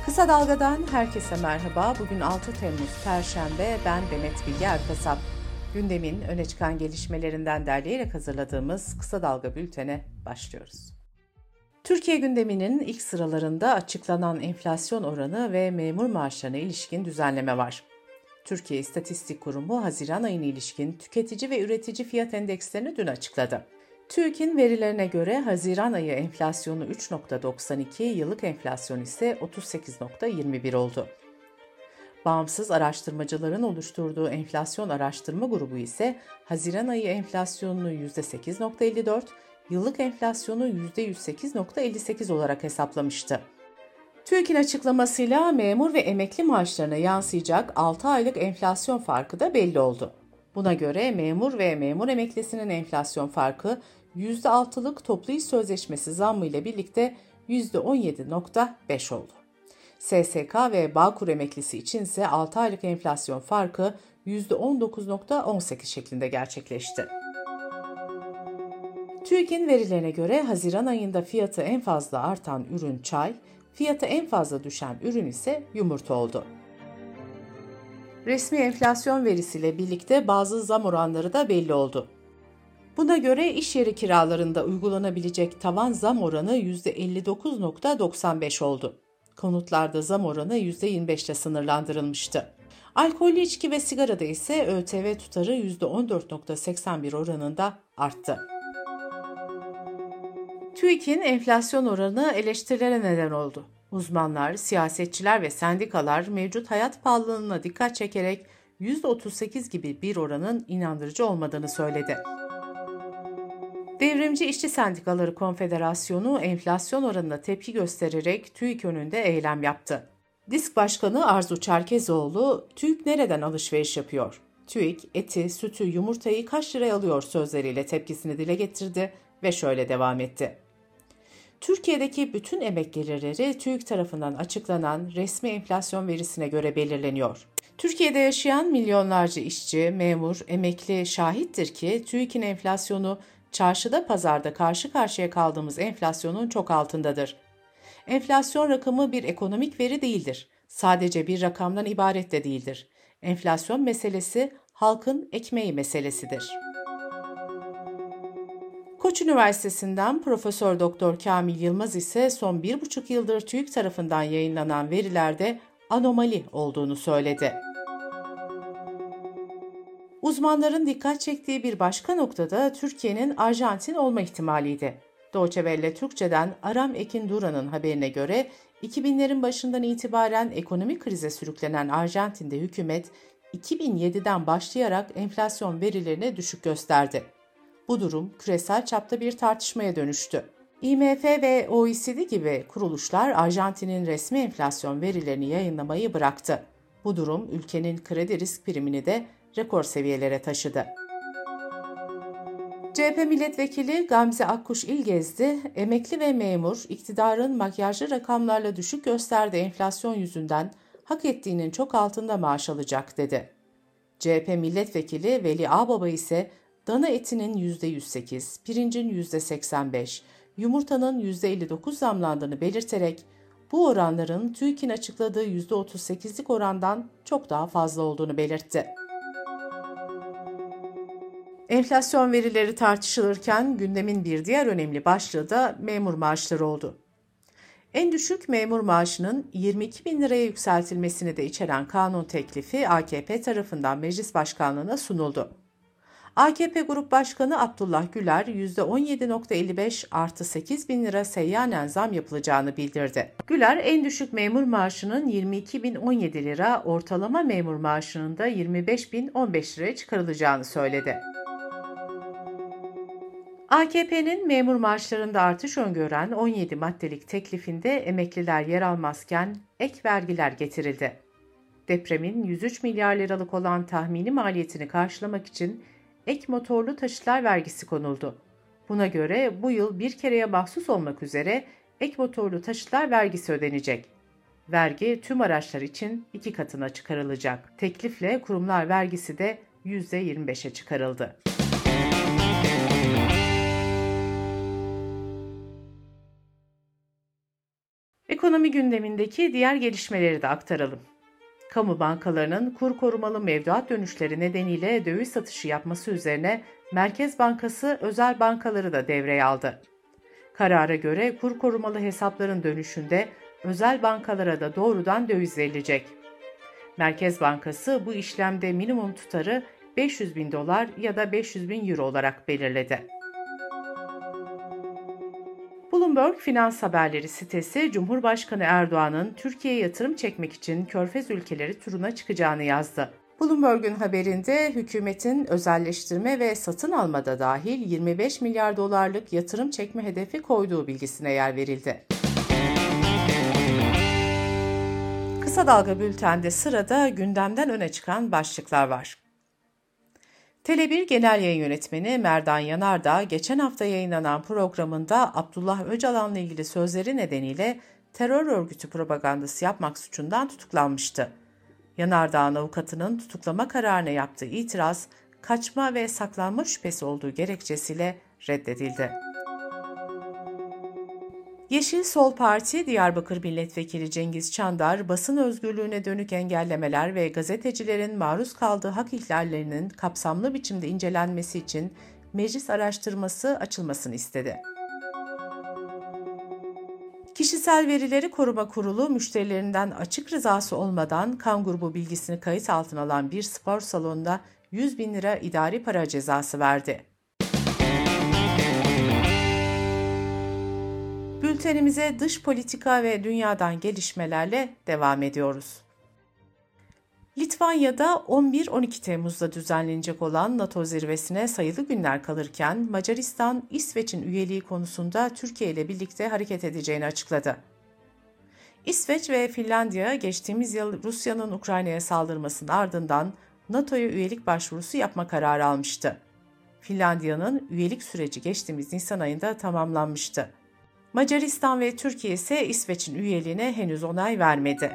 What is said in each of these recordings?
Kısa Dalga'dan herkese merhaba. Bugün 6 Temmuz Perşembe. Ben Demet Bilge Erkasap. Gündemin öne çıkan gelişmelerinden derleyerek hazırladığımız Kısa Dalga bültene başlıyoruz. Türkiye gündeminin ilk sıralarında açıklanan enflasyon oranı ve memur maaşlarına ilişkin düzenleme var. Türkiye İstatistik Kurumu Haziran ayına ilişkin tüketici ve üretici fiyat endekslerini dün açıkladı. TÜİK'in verilerine göre Haziran ayı enflasyonu 3.92, yıllık enflasyon ise 38.21 oldu. Bağımsız araştırmacıların oluşturduğu enflasyon araştırma grubu ise Haziran ayı enflasyonunu %8.54, yıllık enflasyonu %108.58 olarak hesaplamıştı. TÜİK'in açıklamasıyla memur ve emekli maaşlarına yansıyacak 6 aylık enflasyon farkı da belli oldu. Buna göre memur ve memur emeklisinin enflasyon farkı %6'lık toplu iş sözleşmesi zammı ile birlikte %17.5 oldu. SSK ve Bağkur emeklisi için ise 6 aylık enflasyon farkı %19.18 şeklinde gerçekleşti. TÜİK'in verilerine göre Haziran ayında fiyatı en fazla artan ürün çay, fiyatı en fazla düşen ürün ise yumurta oldu. Resmi enflasyon verisiyle birlikte bazı zam oranları da belli oldu. Buna göre iş yeri kiralarında uygulanabilecek tavan zam oranı %59.95 oldu. Konutlarda zam oranı %25 ile sınırlandırılmıştı. Alkollü içki ve sigarada ise ÖTV tutarı %14.81 oranında arttı. TÜİK'in enflasyon oranı eleştirilere neden oldu. Uzmanlar, siyasetçiler ve sendikalar mevcut hayat pahalılığına dikkat çekerek %38 gibi bir oranın inandırıcı olmadığını söyledi. Devrimci İşçi Sendikaları Konfederasyonu enflasyon oranına tepki göstererek TÜİK önünde eylem yaptı. DİSK Başkanı Arzu Çerkezoğlu, TÜİK nereden alışveriş yapıyor? TÜİK eti, sütü, yumurtayı kaç liraya alıyor sözleriyle tepkisini dile getirdi ve şöyle devam etti. Türkiye'deki bütün emek gelirleri TÜİK tarafından açıklanan resmi enflasyon verisine göre belirleniyor. Türkiye'de yaşayan milyonlarca işçi, memur, emekli şahittir ki TÜİK'in enflasyonu çarşıda pazarda karşı karşıya kaldığımız enflasyonun çok altındadır. Enflasyon rakamı bir ekonomik veri değildir. Sadece bir rakamdan ibaret de değildir. Enflasyon meselesi halkın ekmeği meselesidir. Koç Üniversitesi'nden Profesör Doktor Kamil Yılmaz ise son 1,5 yıldır TÜİK tarafından yayınlanan verilerde anomali olduğunu söyledi. Uzmanların dikkat çektiği bir başka noktada Türkiye'nin Arjantin olma ihtimaliydi. Deutsche Welle Türkçe'den Aram Ekin Duran'ın haberine göre 2000'lerin başından itibaren ekonomik krize sürüklenen Arjantin'de hükümet 2007'den başlayarak enflasyon verilerini düşük gösterdi. Bu durum küresel çapta bir tartışmaya dönüştü. IMF ve OECD gibi kuruluşlar Arjantin'in resmi enflasyon verilerini yayınlamayı bıraktı. Bu durum ülkenin kredi risk primini de rekor seviyelere taşıdı. CHP milletvekili Gamze Akkuş İlgezdi, emekli ve memur iktidarın makyajlı rakamlarla düşük gösterdiği enflasyon yüzünden hak ettiğinin çok altında maaş alacak dedi. CHP milletvekili Veli Ağbaba ise dana etinin %108, pirincin %85, yumurtanın %59 zamlandığını belirterek bu oranların TÜİK'in açıkladığı %38'lik orandan çok daha fazla olduğunu belirtti. Enflasyon verileri tartışılırken gündemin bir diğer önemli başlığı da memur maaşları oldu. En düşük memur maaşının 22 bin liraya yükseltilmesini de içeren kanun teklifi AKP tarafından meclis başkanlığına sunuldu. AKP Grup Başkanı Abdullah Güler %17.55 artı 8 bin lira seyyanen zam yapılacağını bildirdi. Güler en düşük memur maaşının 22.017 lira, ortalama memur maaşının da 25.015 liraya çıkarılacağını söyledi. AKP'nin memur maaşlarında artış öngören 17 maddelik teklifinde emekliler yer almazken ek vergiler getirildi. Depremin 103 milyar liralık olan tahmini maliyetini karşılamak için ek motorlu taşıtlar vergisi konuldu. Buna göre bu yıl bir kereye mahsus olmak üzere ek motorlu taşıtlar vergisi ödenecek. Vergi tüm araçlar için 2 katına çıkarılacak. Teklifle kurumlar vergisi de %25'e çıkarıldı. Ekonomi gündemindeki diğer gelişmeleri de aktaralım. Kamu bankalarının kur korumalı mevduat dönüşleri nedeniyle döviz satışı yapması üzerine Merkez Bankası özel bankaları da devreye aldı. Karara göre kur korumalı hesapların dönüşünde özel bankalara da doğrudan döviz verilecek. Merkez Bankası bu işlemde minimum tutarı 500 bin dolar ya da 500 bin euro olarak belirledi. Bloomberg Finans Haberleri sitesi, Cumhurbaşkanı Erdoğan'ın Türkiye'ye yatırım çekmek için Körfez ülkeleri turuna çıkacağını yazdı. Bloomberg'un haberinde hükümetin özelleştirme ve satın almada dahil 25 milyar dolarlık yatırım çekme hedefi koyduğu bilgisine yer verildi. Kısa Dalga Bülten'de sırada gündemden öne çıkan başlıklar var. Tele1 Genel Yayın Yönetmeni Merdan Yanardağ, geçen hafta yayınlanan programında Abdullah Öcalan'la ilgili sözleri nedeniyle terör örgütü propagandası yapmak suçundan tutuklanmıştı. Yanardağ'ın avukatının tutuklama kararına yaptığı itiraz, kaçma ve saklanma şüphesi olduğu gerekçesiyle reddedildi. Yeşil Sol Parti, Diyarbakır Milletvekili Cengiz Çandar, basın özgürlüğüne dönük engellemeler ve gazetecilerin maruz kaldığı hak ihlallerinin kapsamlı biçimde incelenmesi için meclis araştırması açılmasını istedi. Kişisel Verileri Koruma Kurulu, müşterilerinden açık rızası olmadan kan grubu bilgisini kayıt altına alan bir spor salonuna 100 bin lira idari para cezası verdi. Bültenimize dış politika ve dünyadan gelişmelerle devam ediyoruz. Litvanya'da 11-12 Temmuz'da düzenlenecek olan NATO zirvesine sayılı günler kalırken Macaristan, İsveç'in üyeliği konusunda Türkiye ile birlikte hareket edeceğini açıkladı. İsveç ve Finlandiya geçtiğimiz yıl Rusya'nın Ukrayna'ya saldırmasının ardından NATO'ya üyelik başvurusu yapma kararı almıştı. Finlandiya'nın üyelik süreci geçtiğimiz Nisan ayında tamamlanmıştı. Macaristan ve Türkiye ise İsveç'in üyeliğine henüz onay vermedi.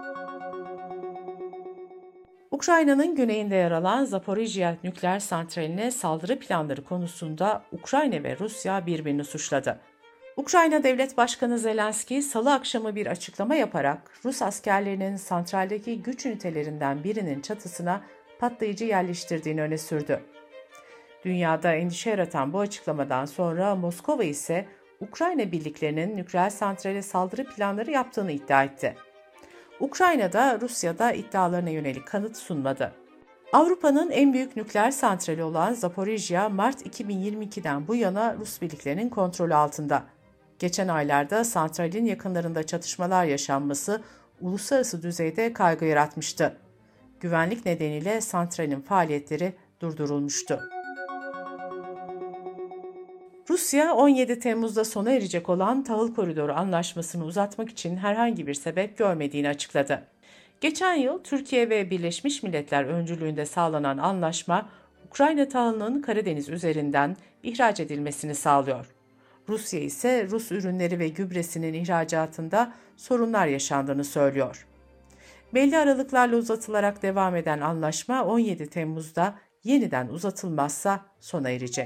Ukrayna'nın güneyinde yer alan Zaporijya nükleer santraline saldırı planları konusunda Ukrayna ve Rusya birbirini suçladı. Ukrayna Devlet Başkanı Zelenski, Salı akşamı bir açıklama yaparak Rus askerlerinin santraldeki güç ünitelerinden birinin çatısına patlayıcı yerleştirdiğini öne sürdü. Dünyada endişe yaratan bu açıklamadan sonra Moskova ise Ukrayna birliklerinin nükleer santrale saldırı planları yaptığını iddia etti. Ukrayna'da, Rusya'da iddialarına yönelik kanıt sunmadı. Avrupa'nın en büyük nükleer santrali olan Zaporijya, Mart 2022'den bu yana Rus birliklerinin kontrolü altında. Geçen aylarda santralin yakınlarında çatışmalar yaşanması uluslararası düzeyde kaygı yaratmıştı. Güvenlik nedeniyle santralin faaliyetleri durdurulmuştu. Rusya, 17 Temmuz'da sona erecek olan Tahıl Koridoru Anlaşması'nı uzatmak için herhangi bir sebep görmediğini açıkladı. Geçen yıl Türkiye ve Birleşmiş Milletler öncülüğünde sağlanan anlaşma, Ukrayna tahılının Karadeniz üzerinden ihraç edilmesini sağlıyor. Rusya ise Rus ürünleri ve gübresinin ihracatında sorunlar yaşandığını söylüyor. Belli aralıklarla uzatılarak devam eden anlaşma 17 Temmuz'da yeniden uzatılmazsa sona erecek.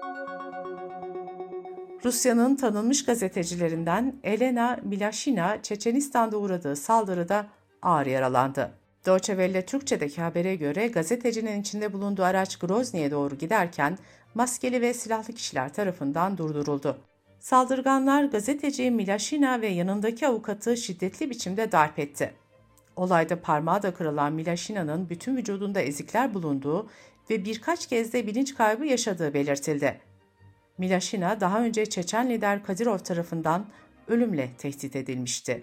Rusya'nın tanınmış gazetecilerinden Elena Milashina, Çeçenistan'da uğradığı saldırıda ağır yaralandı. Deutsche Welle Türkçe'deki habere göre gazetecinin içinde bulunduğu araç Grozny'ye doğru giderken maskeli ve silahlı kişiler tarafından durduruldu. Saldırganlar gazeteci Milashina ve yanındaki avukatı şiddetli biçimde darp etti. Olayda parmağı da kırılan Milashina'nın bütün vücudunda ezikler bulunduğu ve birkaç kez de bilinç kaybı yaşadığı belirtildi. Milashina daha önce Çeçen lider Kadirov tarafından ölümle tehdit edilmişti.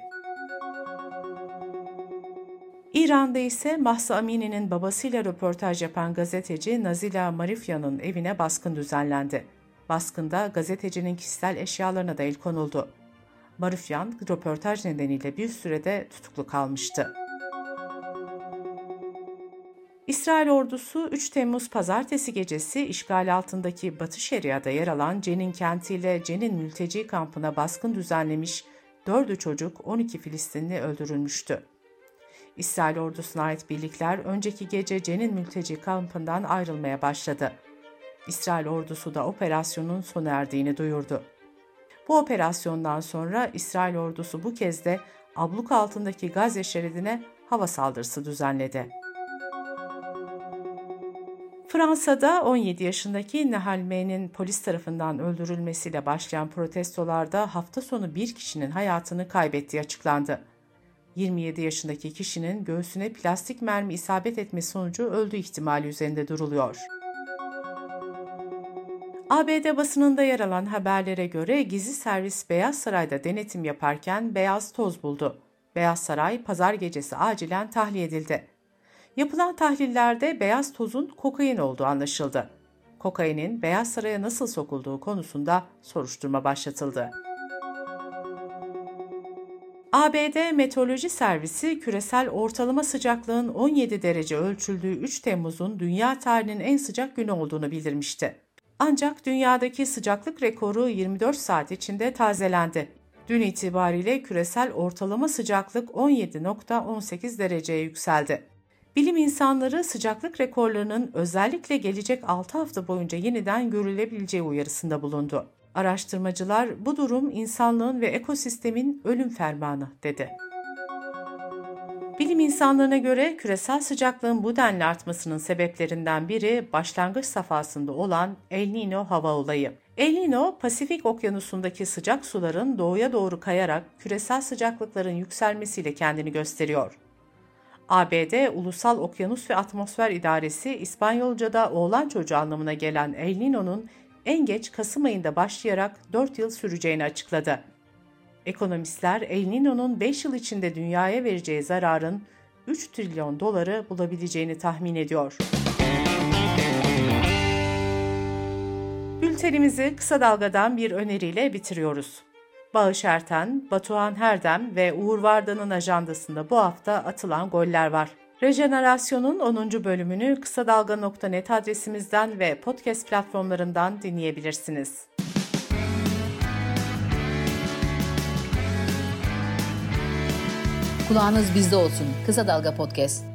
İran'da ise Mahsa Amini'nin babasıyla röportaj yapan gazeteci Nazila Marifyan'ın evine baskın düzenlendi. Baskında gazetecinin kişisel eşyalarına da el konuldu. Marifyan, röportaj nedeniyle bir sürede tutuklu kalmıştı. İsrail ordusu 3 Temmuz pazartesi gecesi işgal altındaki Batı Şeria'da yer alan Cenin kentiyle Cenin mülteci kampına baskın düzenlemiş, 4'ü çocuk, 12 Filistinli öldürülmüştü. İsrail ordusuna ait birlikler önceki gece Cenin mülteci kampından ayrılmaya başladı. İsrail ordusu da operasyonun sona erdiğini duyurdu. Bu operasyondan sonra İsrail ordusu bu kez de abluka altındaki Gazze şeridine hava saldırısı düzenledi. Fransa'da 17 yaşındaki Nahal M'nin polis tarafından öldürülmesiyle başlayan protestolarda hafta sonu bir kişinin hayatını kaybettiği açıklandı. 27 yaşındaki kişinin göğsüne plastik mermi isabet etmesi sonucu öldüğü ihtimali üzerinde duruluyor. ABD basınında yer alan haberlere göre gizli servis Beyaz Saray'da denetim yaparken beyaz toz buldu. Beyaz Saray pazar gecesi acilen tahliye edildi. Yapılan tahlillerde beyaz tozun kokain olduğu anlaşıldı. Kokainin Beyaz Saray'a nasıl sokulduğu konusunda soruşturma başlatıldı. ABD Meteoroloji Servisi küresel ortalama sıcaklığın 17 derece ölçüldüğü 3 Temmuz'un dünya tarihinin en sıcak günü olduğunu bildirmişti. Ancak dünyadaki sıcaklık rekoru 24 saat içinde tazelendi. Dün itibariyle küresel ortalama sıcaklık 17,18 dereceye yükseldi. Bilim insanları sıcaklık rekorlarının özellikle gelecek 6 hafta boyunca yeniden görülebileceği uyarısında bulundu. Araştırmacılar bu durum insanlığın ve ekosistemin ölüm fermanı dedi. Bilim insanlarına göre küresel sıcaklığın bu denli artmasının sebeplerinden biri başlangıç safhasında olan El Niño hava olayı. El Niño, Pasifik Okyanusu'ndaki sıcak suların doğuya doğru kayarak küresel sıcaklıkların yükselmesiyle kendini gösteriyor. ABD Ulusal Okyanus ve Atmosfer İdaresi, İspanyolca'da oğlan çocuğu anlamına gelen El Niño'nun en geç Kasım ayında başlayarak 4 yıl süreceğini açıkladı. Ekonomistler El Niño'nun 5 yıl içinde dünyaya vereceği zararın 3 trilyon doları bulabileceğini tahmin ediyor. Bültenimizi kısa dalgadan bir öneriyle bitiriyoruz. Bağış Erten, Batuhan Herdem ve Uğur Vardan'ın ajandasında bu hafta atılan goller var. Rejenerasyon'un 10. bölümünü kısadalga.net adresimizden ve podcast platformlarından dinleyebilirsiniz. Kulağınız bizde olsun. Kısa Dalga Podcast.